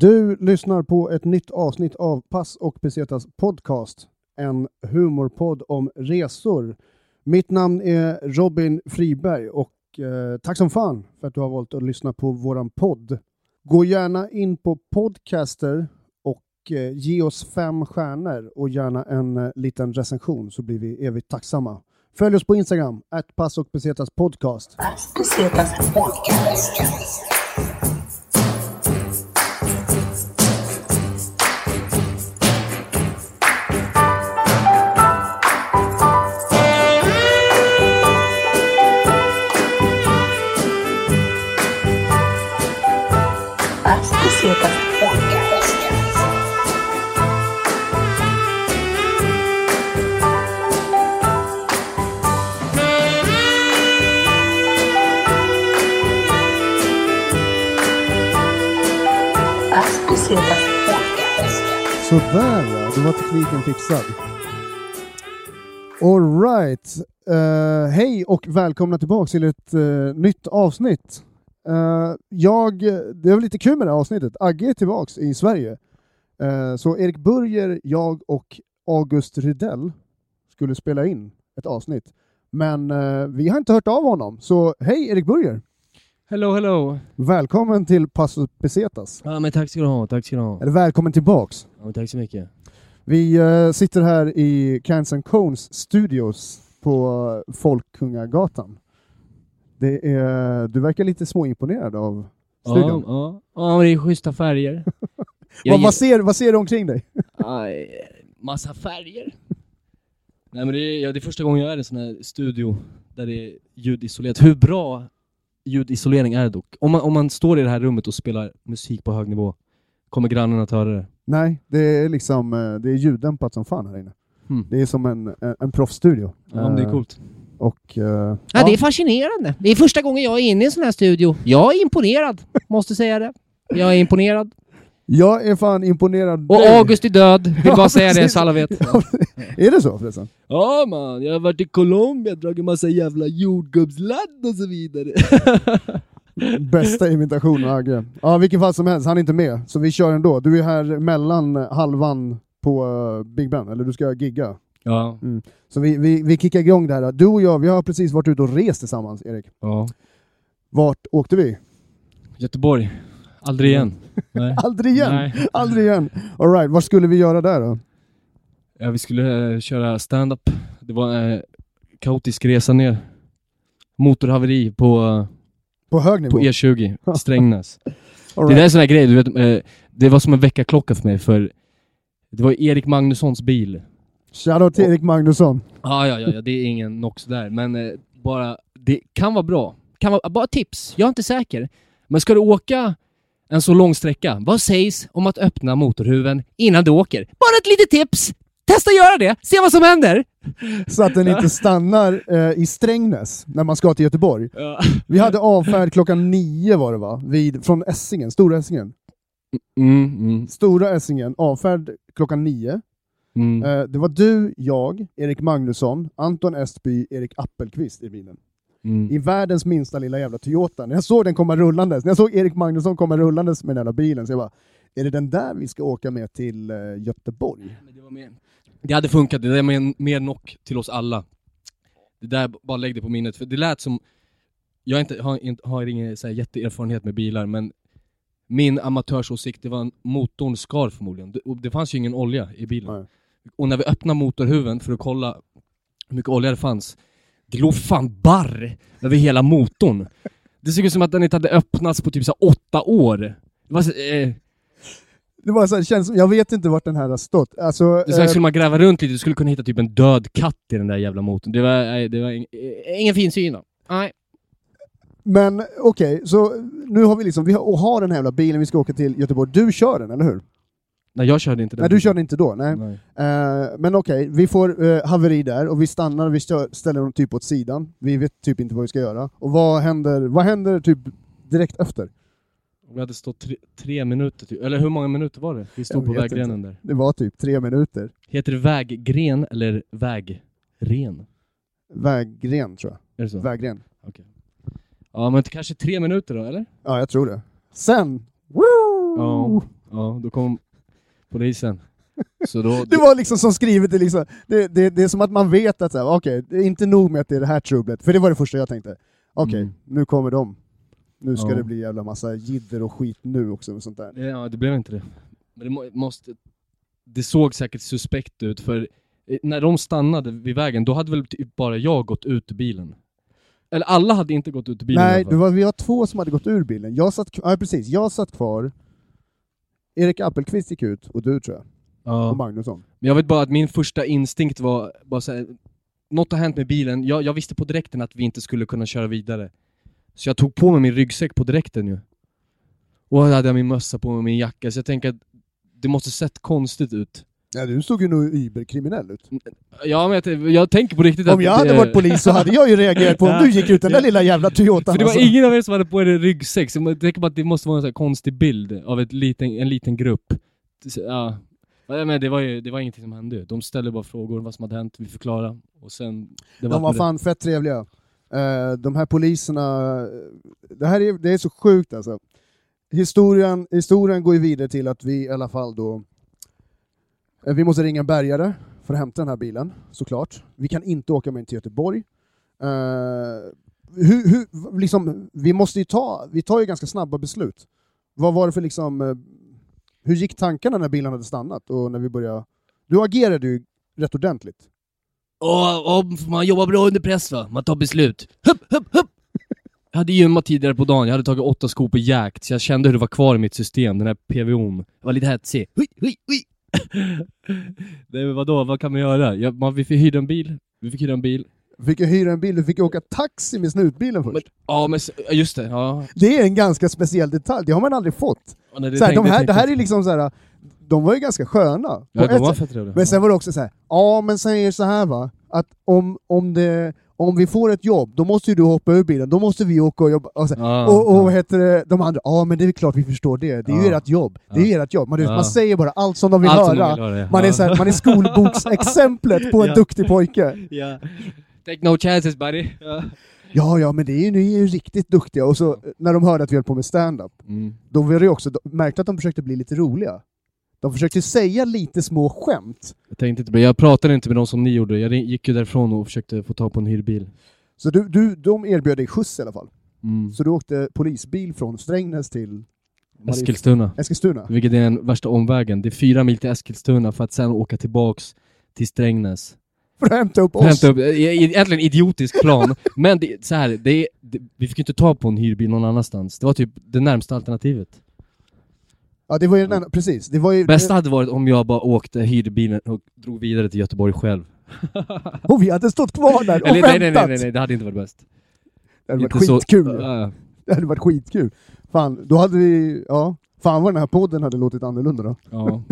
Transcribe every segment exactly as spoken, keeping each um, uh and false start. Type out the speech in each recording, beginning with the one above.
Du lyssnar på ett nytt avsnitt av Pass och Pesetas podcast. En humorpodd om resor. Mitt namn är Robin Friberg och eh, tack som fan för att du har valt att lyssna på våran podd. Gå gärna in på Podcaster och eh, ge oss fem stjärnor och gärna en eh, liten recension så blir vi evigt tacksamma. Följ oss på Instagram, at Pass och Pesetas podcast. Pass Pesetas podcast. Sådär ja, då var tekniken fixad. All right. Uh, hej och välkomna tillbaka till ett uh, nytt avsnitt. Uh, jag, det är lite kul med det här avsnittet. Agge är tillbaks i Sverige. Uh, så Erik Burger, jag och August Rydell skulle spela in ett avsnitt. Men uh, vi har inte hört av honom. Så hej Erik Burger. Hello, hello. Välkommen till Pass och Pesetas. Ja, men tack ska du ha, tack ska du ha. Eller välkommen tillbaks. Ja, men tack så mycket. Vi uh, sitter här i Cans and Cones Studios på Folkungagatan. Det är, du verkar lite småimponerad av studion. Ja, ja. Ja, det är schyssta färger. vad, vad, ser, vad ser du omkring dig? Aj, massa färger. Nej, men det är, ja, det är första gången jag är i en sån här studio där det är ljudisolerat. Hur bra ljudisolering är det dock? Om man, om man står i det här rummet och spelar musik på hög nivå, kommer grannarna att höra det? Nej, det är liksom det är ljuddämpat som fan här inne. Hmm. Det är som en, en, en proffsstudio. Ja, men det är coolt. Och, uh, ja, ja, det är fascinerande. Det är första gången jag är inne i en sån här studio. Jag är imponerad, måste säga det. Jag är imponerad. Jag är fan imponerad. Och August är död. Vill bara säga det så alla vet. Är det så förresten? Ja man, jag har varit i Colombia, dragit en massa jävla jordgubbsladd och så vidare. Bästa imitationen Agge. Ja, vilken fall som helst, han är inte med. Så vi kör ändå. Du är här mellan halvan på uh, Big Ben, eller du ska gigga. Ja. Mm. Så vi, vi, vi kickar igång det här. Du och jag, vi har precis varit ute och rest tillsammans, Erik. Ja. Vart åkte vi? Göteborg. Aldrig igen. Nej. Aldrig igen? Nej. Aldrig igen. All right, vad skulle vi göra där då? Ja, vi skulle uh, köra stand-up. Det var en uh, kaotisk resa ner. Motorhaveri på, uh, på hög nivå? På E tjugo, Strängnäs. Right. Det där är en sån här grej, du vet, uh, det var som en veckaklocka för mig. För det var Erik Magnussons bil. Shoutout till Erik Magnusson. Ja, ja, ja, ja, det är ingen nox där. Men uh, bara, det kan vara bra. Kan vara, bara tips, jag är inte säker. Men ska du åka en så lång sträcka, vad sägs om att öppna motorhuven innan du åker? Bara ett litet tips! Testa göra det, se vad som händer! Så att den inte stannar eh, i Strängnäs när man ska till Göteborg. Ja. Vi hade avfärd klockan nio var det va? Vid, från Essingen, Stora Essingen. Mm, mm. Stora Essingen, avfärd klockan nio. Mm. Eh, det var du, jag, Erik Magnusson, Anton Estby, Erik Appelqvist i bilen. Mm. I världens minsta lilla jävla Toyota. När jag såg den komma rullandes, när jag såg Erik Magnusson komma rullandes med den jävla bilen, så jag bara, är det den där vi ska åka med till uh, Göteborg? Men det, var mer... det hade funkat, det är mer, mer knock till oss alla. Det där bara lägg det på minnet, för det lät som, jag inte, har, inte, har ingen så här jätteerfarenhet med bilar, men min amatörsåsikt, det var en motorn skar förmodligen. Det, det fanns ju ingen olja i bilen. Nej. Och när vi öppnade motorhuven för att kolla hur mycket olja det fanns, det låg fan barr över hela motorn. Det såg ut som att den inte hade öppnats på typ så åtta år. Det var så, eh... det var så här, känns som, jag vet inte vart den här har stått. Alltså, det så här, skulle man gräva runt lite, du skulle kunna hitta typ en död katt i den där jävla motorn. Det var, nej, det var ing, ingen fin syn då. Nej. Men okej, okay, så nu har vi liksom, vi har, och har den här jävla bilen, vi ska åka till Göteborg. Du kör den, eller hur? Nej, jag körde inte den. Nej, du körde inte då, nej. nej. Uh, men okej, okay, vi får uh, haveri där och vi stannar, vi stör, ställer dem typ åt sidan. Vi vet typ inte vad vi ska göra. Och vad händer, vad händer typ direkt efter? Vi hade stått tre, tre minuter, typ. Eller hur många minuter var det? Vi stod på väggrenen där. Det var typ tre minuter. Heter det väggren eller vägren? Väggren tror jag. Är det så? Väggren. Okej. Okay. Ja, men kanske tre minuter då, eller? Ja, jag tror det. Sen! Woo! Ja. Ja, då kom polisen. Så då, Det var liksom som skrivet, det, liksom, det, det, det är som att man vet att okej, okay, det är inte nog med att det är det här trubblet. För det var det första jag tänkte. Okej, okay, mm. nu kommer de. Nu ska ja. det bli jävla massa jidder och skit nu också. Och sånt där. Ja, det blev inte det. Men det, må, måste, det såg säkert suspekt ut. För när de stannade vid vägen, då hade väl typ bara jag gått ut ur bilen. Eller alla hade inte gått ut ur bilen. Nej, det var, vi var två som hade gått ur bilen. Jag satt, ja, precis, jag satt kvar. Erik Appelqvist gick ut och du tror jag. Ja. Och Magnusson. Men jag vet bara att min första instinkt var bara så här, något har hänt med bilen. Jag, jag visste på direkten att vi inte skulle kunna köra vidare. Så jag tog på mig min ryggsäck på direkten ju. Och då hade jag min mössa på mig och min jacka. Så jag tänker att det måste sett konstigt ut. Ja, du såg ju nog überkriminell ut. Ja, men jag, jag tänker på riktigt att... Om jag hade det... varit polis så hade jag ju reagerat på om du gick ut den där lilla jävla Toyota. För det var alltså. ingen av er som hade på er ryggsäck. Så jag tänker på att det måste vara en sån här konstig bild av ett liten, en liten grupp. Ja, men det var ju det var ingenting som hände. De ställde bara frågor vad som hade hänt, vi förklarade. Och sen, det var De var fan det. fett trevliga. Uh, de här poliserna... Det här är, det är så sjukt alltså. Historien, historien går ju vidare till att vi i alla fall då... Vi måste ringa en bärgare för att hämta den här bilen, såklart. Vi kan inte åka med den till Göteborg. Uh, hur, hur, liksom, vi måste ju ta, vi tar ju ganska snabba beslut. Vad var det för liksom, uh, hur gick tankarna när bilen hade stannat och när vi började? Du agerade ju rätt ordentligt. Och, och man jobbar bra under press va? Man tar beslut. Hupp, hupp, hupp. Jag hade gymmat tidigare på dagen. Jag hade tagit åtta skop och jäkt. Så jag kände hur det var kvar i mitt system. Den här P V O:n. Jag var lite hetsig. Hui, hui, hui. Nej, vadå? Vad kan man göra? Jag, man, vi fick hyra en bil. Vi fick hyra en bil. Vi fick hyra en bil. Vi fick åka taxi med snutbilen först. Men, ja, men just det. Ja. Det är en ganska speciell detalj. Det har man aldrig fått. Ja, nej, det, så här, tänkte, de här, det här är liksom så här. De var ju ganska sköna. Ja, de var fett trevliga. Men sen var det också så här. Ja, men säger så här va. Att om, om det... Om vi får ett jobb, då måste ju du hoppa ur bilen. Då måste vi åka och jobba. Och, så, ah, och, och ah. vad heter det? De andra, ja men det är klart vi förstår det. Det är ah, ju ert jobb. Det är ju ert jobb. Man, ah. man säger bara allt som de vill allt höra. De vill höra ja. Man är, så här, man är skolboksexemplet på en ja. duktig pojke. Ja. Take no chances, buddy. Ja, ja, ja men det är ju, ni är ju riktigt duktiga. Och så när de hörde att vi höll på med stand-up, mm. då var det också, de märkte att de försökte bli lite roliga. De försökte säga lite små skämt. Jag tänkte inte, jag pratade inte med dem som ni gjorde. Jag gick ju därifrån och försökte få tag på en hyrbil. Så du, du, de erbjöd dig skjuts i alla fall. Mm. Så du åkte polisbil från Strängnäs till Eskilstuna. Eskilstuna. Vilket är den värsta omvägen. Det är fyra mil till Eskilstuna för att sen åka tillbaks till Strängnäs. För att hämta upp oss. Hämta upp, egentligen idiotisk plan. Men det, så här, det, det, vi fick inte ta på en hyrbil någon annanstans. Det var typ det närmsta alternativet. Ja, det var ju den, precis. Det var ju, bästa hade varit om jag bara åkte hyrbilen och drog vidare till Göteborg själv. Och vi hade stått kvar där och Eller, väntat. Nej, nej, nej, nej, det hade inte varit bäst. Det hade varit inte skitkul. Så, ja. Det hade varit skitkul. Fan, då hade vi... Ja, fan vad den här podden hade låtit annorlunda då. Ja.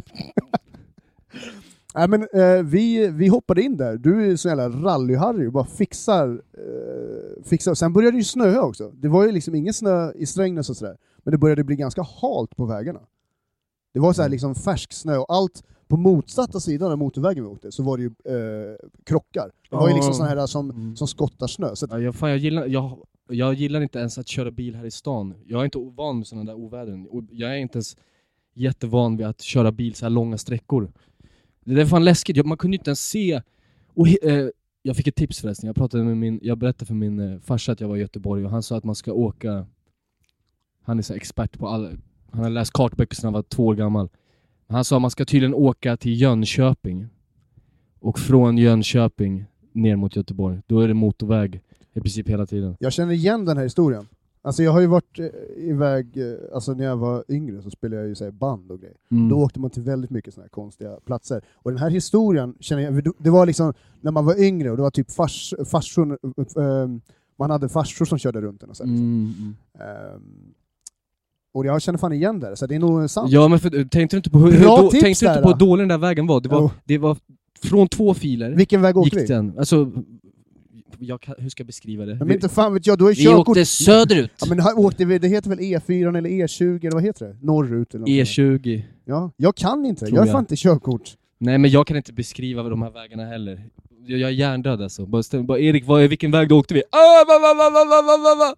Nej, men eh, vi, vi hoppade in där. Du är så jävla rally-harry och bara fixar, eh, fixar. Sen började det ju snöa också. Det var ju liksom ingen snö i Strängnäs och sådär. Men det började bli ganska halt på vägarna. Det var så här liksom färsk snö och allt på motsatta sidan av motorvägen vi åkte så var det ju eh, krockar. Det var ju liksom såna här som, mm. som skottar snö. Så att... ja, jag, fan, jag, gillar, jag, jag gillar inte ens att köra bil här i stan. Jag är inte ovan med sådana där ovädren. Jag är inte ens jättevan vid att köra bil så här långa sträckor. Det är fan läskigt. Man kunde inte ens se... Och, eh, jag fick ett tips förresten. Jag, pratade med min, jag berättade för min eh, farsa att jag var i Göteborg och han sa att man ska åka... Han är så expert på alla... Han har läst kartböcker sedan han var två år gammal. Han sa att man ska tydligen åka till Jönköping. Och från Jönköping ner mot Göteborg. Då är det motorväg i princip hela tiden. Jag känner igen den här historien. Alltså jag har ju varit eh, iväg, eh, alltså när jag var yngre så spelade jag ju så här band och grejer. Mm. Då åkte man till väldigt mycket såna här konstiga platser. Och den här historien känner jag, det var liksom när man var yngre och det var typ fars, farsor, eh, man hade farsor som körde runt den och så här, liksom. Mm, mm. Um, och jag känner fan igen där, så det är nog sant. Ja, men för, tänkte du inte på hur, hur, då, tänkte du inte på hur dålig den där vägen var? Det var, oh. det var från två filer. Vilken väg åkte vi? Den. Alltså, jag, hur ska jag beskriva det? Men inte fan vet jag, du är vi körkort. Åkte söderut. Ja, men här åkte vi, det heter väl E fyra eller E tjugo, eller vad heter det? Norrut eller E tjugo. Ja, jag kan inte, jag har fan inte körkort. Nej, men jag kan inte beskriva de här vägarna heller. Jag, jag är hjärndöd alltså. Bara, stäm, bara Erik, vad, vilken väg då åkte vi? Ah, va, va, va, va, va, va, va.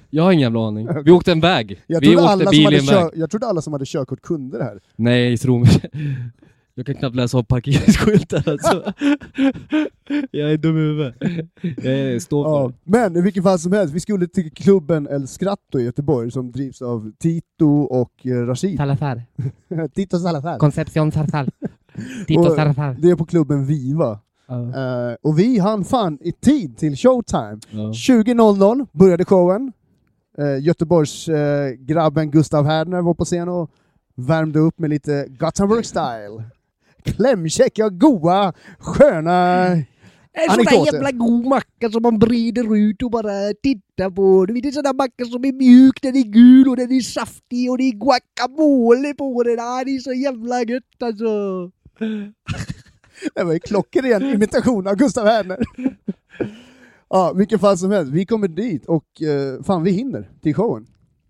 Jag har ingen jävla aning. Vi åkte en väg. Jag Vi trodde, åkte alla bil som i hade en kör, väg. jag trodde alla som hade körkort kunde det här. Nej, tro mig. Jag kan knappt läsa av parkeringsskyltar alltså. Jag är dum i huvudet. Jag står för Ja. Men i vilken fall som helst, vi skulle till klubben El Scratto i Göteborg som drivs av Tito och eh, Rashid. Salazar. Tito Salazar. Concepción Salazar. Tito Och Salazar. det är på klubben Viva. Ja. Eh, och vi hann fan i tid till showtime. Ja. tjugo noll noll började showen. Uh, Göteborgs uh, grabben Gustav Härner var på scen och värmde upp med lite Gothenburg-style. Klämkäcka, goa, sköna En sån där anekdoter. jävla god macka som man brider ut och bara tittar på. Du vet, en sån där macka som är mjuk, den är gul och den är saftig och det är guacamole på den. Ah, det är så jävla gött alltså. Det var ju klockren imitation av Gustav Härner. Ja, vilken fall som helst. Vi kommer dit och uh, fan, vi hinner till showen.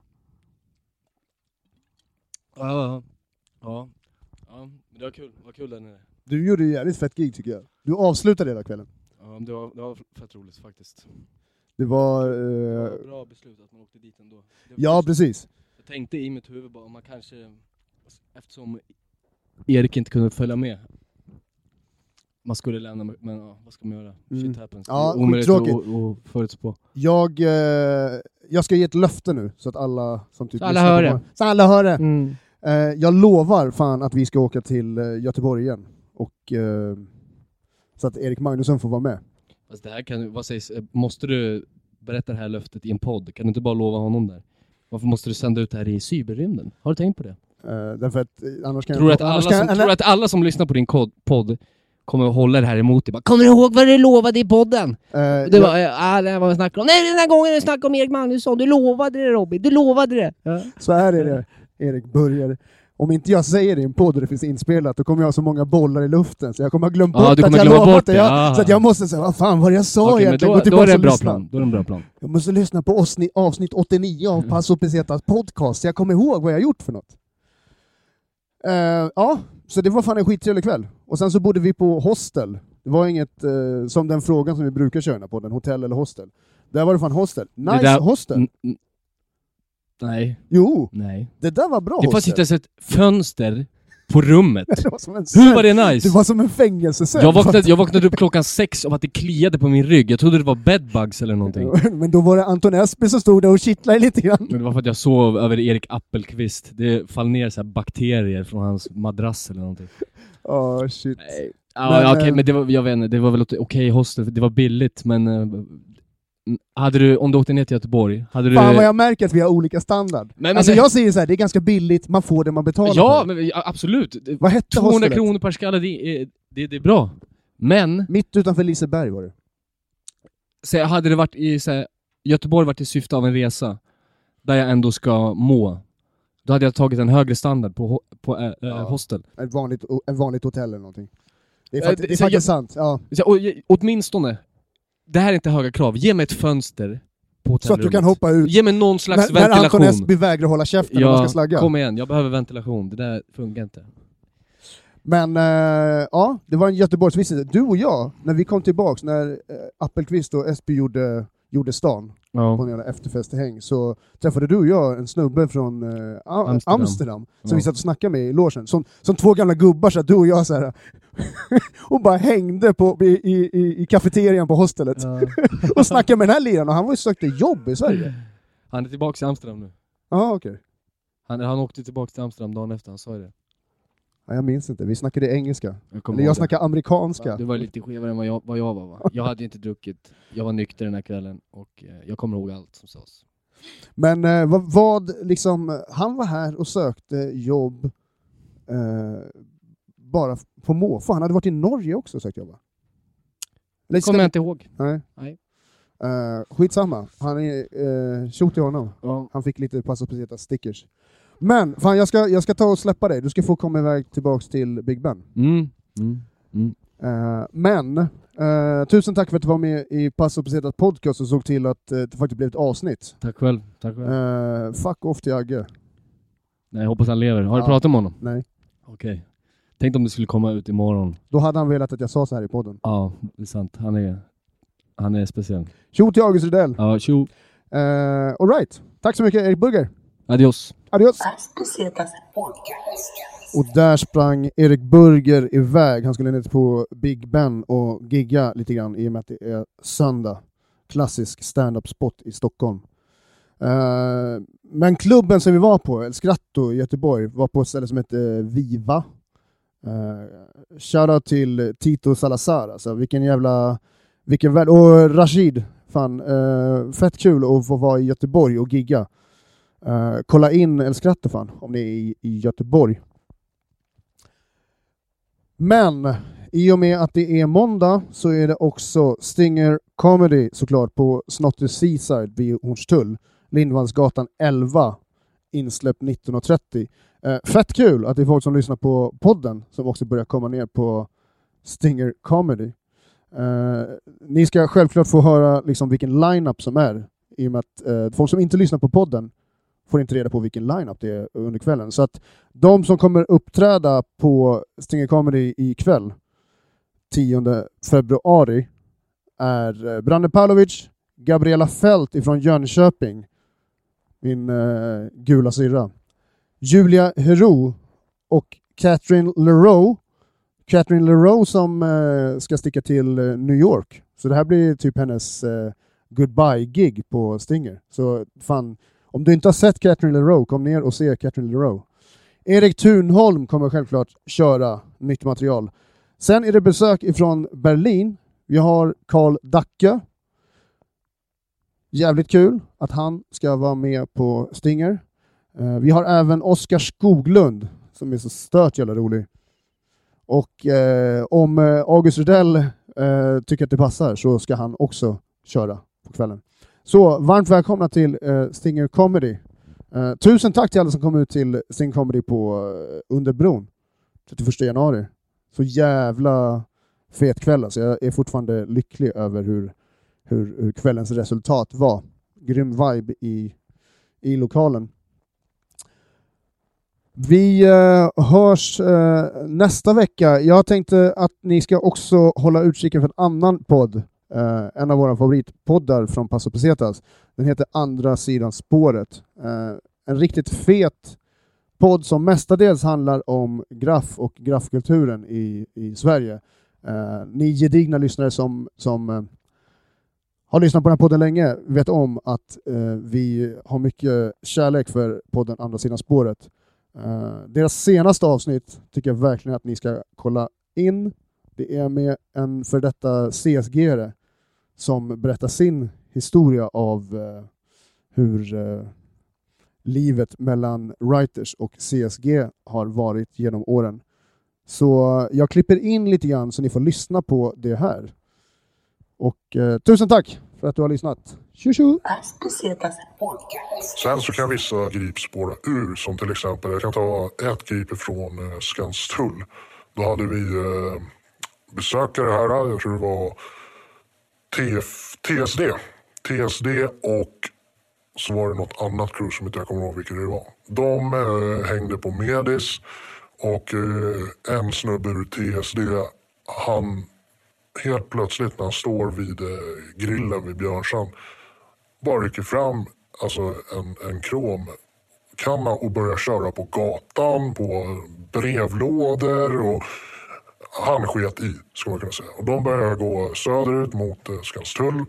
Ja, ja. Ja. Ja, det var kul. Det var kul där nere. Du gjorde ju jävligt fett gig tycker jag. Du avslutade hela kvällen. Ja, det var, det var fett roligt faktiskt. Det var... Det Uh, var bra beslut att man åkte dit ändå. Det var ja, just- precis. Jag tänkte i mitt huvud bara, om man kanske, eftersom Erik inte kunde följa med, man skulle lämna, men ja, vad ska man göra? Mm. Shit happens. Ja, Det är omöjligt skittråkigt. att, att förutspå. Jag, eh, jag ska ge ett löfte nu så att alla som typ Så alla lyssnar hör på det. mig- Så alla hör det. Mm. Eh, jag lovar fan att vi ska åka till eh, Göteborg igen. Och, eh, så att Erik Magnusson får vara med. Alltså det här kan, vad sägs, måste du berätta det här löftet i en podd? Kan du inte bara lova honom där? Varför måste du sända ut det här i cyberrymden? Har du tänkt på det? Eh, därför att eh, annars kan Tror du att, annars alla kan, som, tror du att alla som lyssnar på din kod, podd kommer att hålla det här emot dig? Bara, kommer du ihåg vad du lovade i podden? eh, Det jag- var, äh, det var vad vi snackade om. Nej, den här gången vi snackade om Erik Magnusson. Du lovade det, Robin. Du lovade det. Ja. Så här är det, Erik Börjar. Om inte jag säger det i en podd och det finns inspelat, då kommer jag ha så många bollar i luften så jag kommer ha glömt Ja, bort du att kommer jag glömma lovat bort det. det. Jag, Ja. så att jag måste säga, vad fan var det jag sa Okej, men egentligen? då, Gå då är tillbaka det en och bra lyssna. plan. Då är det en bra plan. Jag måste lyssna på avsnitt, avsnitt åttionio av Passo Pesetas podcast så jag kommer ihåg vad jag gjort för något. Uh, ja, så det var fan en skittrevlig kväll. Och sen så bodde vi på hostel. Det var inget, uh, som den frågan som vi brukar köra på, den hotell eller hostel. Där var det fan hostel. Nice Det där- hostel. N- n- Nej, Jo, nej. det där var bra Det fanns hostel. inte ens ett fönster på rummet. Det var som en Hur var det Det nice? var som en fängelsecell. Jag vaknade, jag vaknade upp klockan sex av att det kliade på min rygg. Jag trodde det var bedbugs eller någonting. Men då var det Anton Esby som stod där och kittlade lite grann. Men det var för att jag sov över Erik Appelqvist. Det fall ner så här bakterier från hans madrass eller någonting. Åh, oh, shit. Nej. Ja, Men, ja, okej, eh, men det var, jag vet inte, det var väl okej okay hostel, för det var billigt, men eh, hade du, om du åkte ner till Göteborg, hade du... Fan vad jag märker att vi har olika standard. Men- men alltså det- jag säger så här, det är ganska billigt, man får det man betalar Ja, för. men, ja, absolut. Vad hette tvåhundra hostelet? kronor per skalle, det, är- det, det är bra. Men, Mitt utanför Liseberg var det. så hade det varit i så här, Göteborg varit i syfte av en resa där jag ändå ska må, då hade jag tagit en högre standard på, ho- på äh, Ja. hostel. Ett vanligt, ett vanligt hotell eller någonting. Det är, Eh, fakt- det- det är så faktiskt jag- sant. Ja. Så, och, åtminstone, det här är inte höga krav, ge mig ett fönster på Så att du hotellrummet. kan hoppa ut. Ge mig någon slags När, när Anton ventilation. Esby vägrar hålla käften när man ska Ja, slagga. kom igen, jag behöver ventilation, det där funkar inte. Men äh, ja, det var en Göteborgsvistelse. Du och jag, när vi kom tillbaks, när äh, Appelqvist och Esby gjorde, gjorde stan på Ja. en jävla efterfesthäng, så träffade du och jag en snubbe från äh, Amsterdam, Amsterdam. Amsterdam som Ja. vi satt och snackade med i logen. Som, som två gamla gubbar, så att du och jag så här, och bara hängde på, i, i, i, i kafeterian på hostelet och snackade med den här liran, och han var ju sökte jobb i Sverige. Han är tillbaka i Amsterdam nu. Ja, okej. Han, han åkte tillbaka till Amsterdam dagen efter, han sa ju det. Ja, jag minns inte, vi snackade engelska. Jag kommer Eller ihåg jag det. snackade amerikanska. Ja, du var lite skevare än vad jag, vad jag var, va? Jag hade ju inte druckit, jag var nykter den här kvällen och eh, jag kommer ihåg allt som sades. Men eh, vad, vad liksom, han var här och sökte jobb eh, bara på måfå. Han hade varit i Norge också och sökt jobb, va? Eller Det kommer jag inte ihåg. Nej. Nej. Uh, skitsamma. Han är uh, tjo till honom. Ja. Han fick lite Passo Pesetas stickers. Men fan, jag ska, jag ska ta och släppa dig. Du ska få komma iväg tillbaks till Big Ben. Mm. Mm. Mm. Uh, men uh, tusen tack för att du var med i Passo Pesetas podcast och såg till att uh, det faktiskt blev ett avsnitt. Tack själv. Tack själv. Uh, fuck off till Agge. Nej, jag hoppas han lever. Har du Ja. pratat med honom? Nej. Okej. Tänk om det skulle komma ut imorgon. Då hade han velat att jag sa så här i podden. Ja, det är sant. Han är, han är speciell. Tjo till August Rydell. Ja, tjo. Uh, all right. Tack så mycket Erik Burger. Adios. Adios. As Pesetas Podcast. Och där sprang Erik Burger iväg. Han skulle ner på Big Ben och gigga lite grann i och med att det är söndag. Klassisk stand-up spot i Stockholm. Uh, men klubben som vi var på, El Scratto i Göteborg, var på ett ställe som heter Viva. Uh, shoutout till Tito Salazar. Alltså, vilken jävla... Vilken väl... Och Rashid. Fan, uh, fett kul att få vara i Göteborg och gigga. Uh, kolla in El Scratto fan, om ni är i, i Göteborg. Men i och med att det är måndag så är det också Stinger Comedy såklart på Snotty Seaside vid Hornstull. Lindvalsgatan elva, insläpp nitton trettio. Uh, fett kul att det är folk som lyssnar på podden som också börjar komma ner på Stinger Comedy. Uh, ni ska självklart få höra liksom vilken line-up som är, i och med att uh, folk som inte lyssnar på podden får inte reda på vilken line-up det är under kvällen. Så att de som kommer uppträda på Stinger Comedy ikväll, tionde februari, är Brande Pavlovic, Gabriella Fält ifrån Jönköping, min uh, gula syrra, Julia Hero och Catherine Leroux. Catherine Leroux som uh, ska sticka till uh, New York. Så det här blir typ hennes uh, goodbye-gig på Stinger. Så fan, om du inte har sett Catherine Leroux, kom ner och se Catherine Leroux. Erik Thunholm kommer självklart köra nytt material. Sen är det besök ifrån Berlin. Vi har Karl Dacke. Jävligt kul att han ska vara med på Stinger. Uh, vi har även Oskar Skoglund som är så stört jävla rolig. Och uh, om uh, August Rydell uh, tycker att det passar så ska han också köra på kvällen. Så varmt välkomna till uh, Stinger Comedy. Uh, tusen tack till alla som kom ut till Stinger Comedy på uh, Underbron trettioförsta januari. Så jävla fet kväll. Alltså. Jag är fortfarande lycklig över hur, hur, hur kvällens resultat var. Grym vibe i, i lokalen. Vi uh, hörs uh, nästa vecka. Jag tänkte att ni ska också hålla utkiken för en annan podd. Uh, en av våra favoritpoddar från Passo Pesetas. Den heter Andra sidan spåret. Uh, en riktigt fet podd som mestadels handlar om graff och graffkulturen i, i Sverige. Uh, ni gedigna lyssnare som, som uh, har lyssnat på den här podden länge vet om att uh, vi har mycket kärlek för podden Andra sidan spåret. Uh, deras senaste avsnitt tycker jag verkligen att ni ska kolla in. Det är med en för detta C S G-are som berättar sin historia av uh, hur uh, livet mellan writers och C S G har varit genom åren. Så uh, jag klipper in lite grann så ni får lyssna på det här. Och uh, tusen tack för att du har lyssnat. Tjo tjo! As Pesetas Podcast. Sen så kan vissa grip spåra ur, som till exempel, jag kan ta ett grip från eh, Skanstull. Då hade vi eh, besökare här, jag tror det var T F, T S D. T S D och så var det något annat crew som inte jag kommer ihåg vilket det var. De eh, hängde på Medis och eh, en snubbe ur T S D, han helt plötsligt när han står vid eh, grillen vid Björnsand bara rycker fram alltså en, en kromkanna och börjar köra på gatan, på brevlådor, och han sket i, ska man kunna säga. Och de börjar gå söderut mot eh, Skanstull.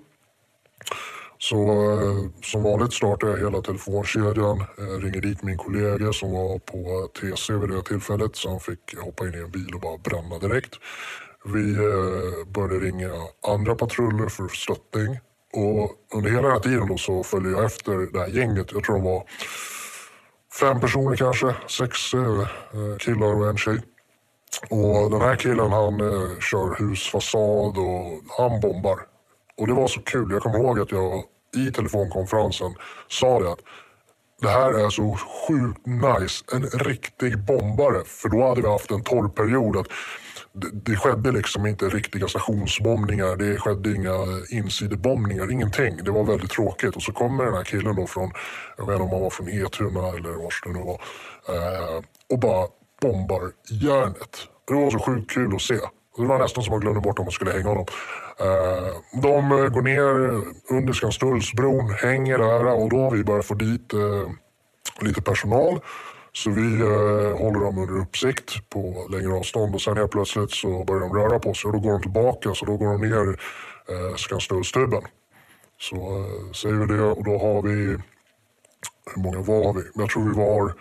Så eh, som vanligt startar jag hela telefonkedjan, eh, ringer dit min kollega som var på T C vid det tillfället, så han fick hoppa in i en bil och bara bränna direkt. Vi eh, började ringa andra patruller för stöttning. Och under hela den här tiden då så följde jag efter det här gänget. Jag tror de var fem personer kanske. Sex eh, killar och en tjej. Och den här killen han eh, kör husfasad och han bombar. Och det var så kul. Jag kommer ihåg att jag i telefonkonferensen sa det att det här är så sjukt nice. En riktig bombare. För då hade vi haft en torr period att det, det skedde liksom inte riktiga stationsbombningar. Det skedde inga insidebombningar. Ingenting. Det var väldigt tråkigt. Och så kommer den här killen då från, jag vet inte om han var från Etuna eller vars det nu var. Eh, och bara bombar järnet. Det var så sjukt kul att se. Det var nästan som att glömde bort om man skulle hänga honom. Uh, de uh, går ner under Skanstullsbron, hänger där och då har vi börjat få dit uh, lite personal. Så vi uh, håller dem under uppsikt på längre avstånd och sen helt plötsligt så börjar de röra på sig och då går de tillbaka så då går de ner uh, Skanstullstuben. Så uh, säger vi det och då har vi, hur många var vi? Jag tror vi var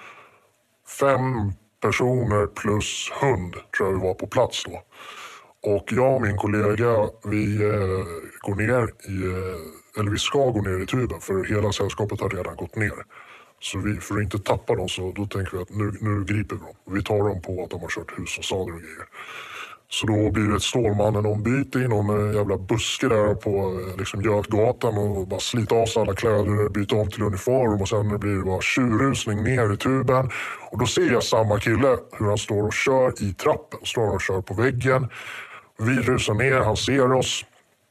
fem personer plus hund tror jag vi var på plats då. Och jag och min kollega, vi eh, går ner i, eh, eller vi ska gå ner i tuben för hela sällskapet har redan gått ner. Så vi, för att inte tappa dem så då tänker vi att nu, nu griper vi dem. Vi tar dem på att de har kört husfasader och grejer. Så då blir det ett Stålmannen-ombyte i någon jävla buske där på liksom Götgatan och bara slita av sig alla kläder, byta om till uniform och sen blir det bara tjurrusning ner i tuben. Och då ser jag samma kille hur han står och kör i trappen, står och kör på väggen. Vi rusar ner, han ser oss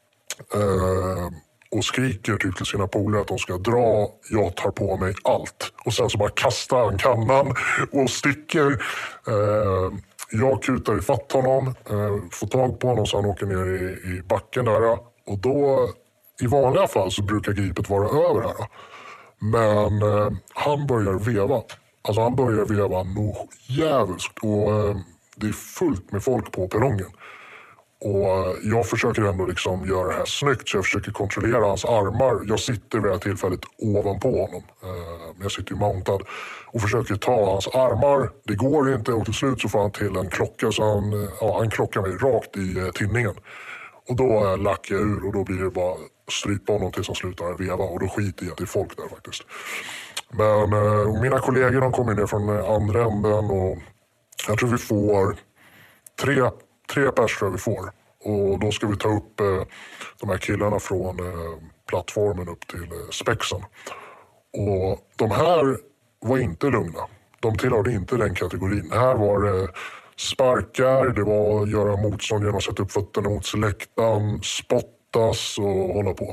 eh, och skriker typ till sina polare att de ska dra, jag tar på mig allt. Och sen så bara kastar han kannan och sticker. Eh, Jag kutar i fatt honom, eh, får tag på honom så han åker ner i, i backen där. Och då, i vanliga fall så brukar gripet vara över här. Men eh, han börjar veva. Alltså han börjar veva nog jävligt. Och eh, det är fullt med folk på perrongen. Och eh, jag försöker ändå liksom göra det här snyggt så jag försöker kontrollera hans armar. Jag sitter vid det här tillfället ovanpå honom. Eh, jag sitter ju mountad. Och försöker ta hans armar. Det går inte och till slut så får han till en klocka så han, ja, han klockar mig rakt i eh, tinningen. Och då eh, lackar jag ur och då blir det bara strypa honom tills han slutar veva. Och då skiter jag att det är folk där faktiskt. Men eh, mina kollegor de kommer ner från eh, andra änden och jag tror vi får tre, tre pers tror jag vi får. Och då ska vi ta upp eh, de här killarna från eh, plattformen upp till eh, spexen. Och de här var inte lugna. De tillhörde inte den kategorin. Här var det sparkar, det var att göra motstånd genom att sätta upp fötterna mot läktaren, spottas och hålla på.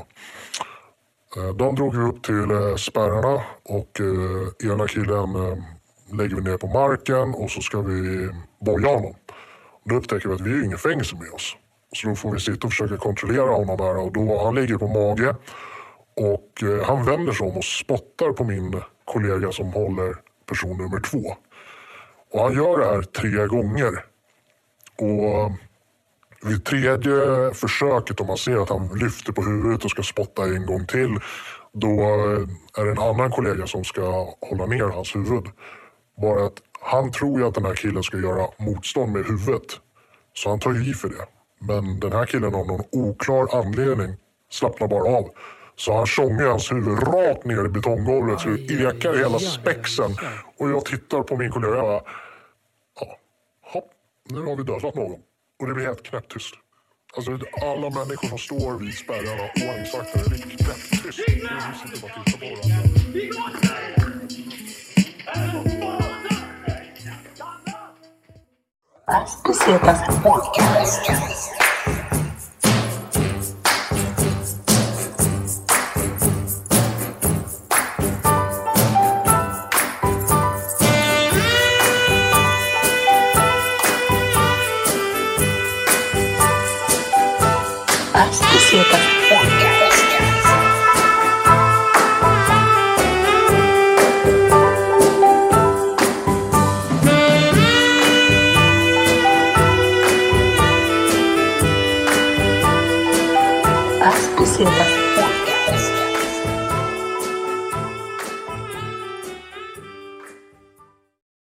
De drog vi upp till spärrarna och ena killen lägger vi ner på marken och så ska vi boja honom. Då upptäcker vi att vi har ingen fängelse med oss. Så då får vi sitta och försöka kontrollera honom där och då han ligger på mage och han vänder sig om och spottar på min kollega som håller person nummer två. Och han gör det här tre gånger. Och vid tredje försöket om man ser att han lyfter på huvudet och ska spotta en gång till, då är det en annan kollega som ska hålla ner hans huvud. Bara att han tror ju att den här killen ska göra motstånd med huvudet. Så han tar ju i för det. Men den här killen av någon oklar anledning slappnar bara av. Så han tjongar hans huvud rakt ner i betonggolvet så det ekar i hela spexen. Och jag tittar på min kollega och bara, ja, hopp, nu har vi dödat någon. Och det blir helt knäpptyst. Alltså alla människor som står vid spärrarna och ordningsvakter är riktigt knäpptyst. Vi sitter bara och tittar på varandra. Aspesetas podcast. Aspesetas podcast. Aspesetas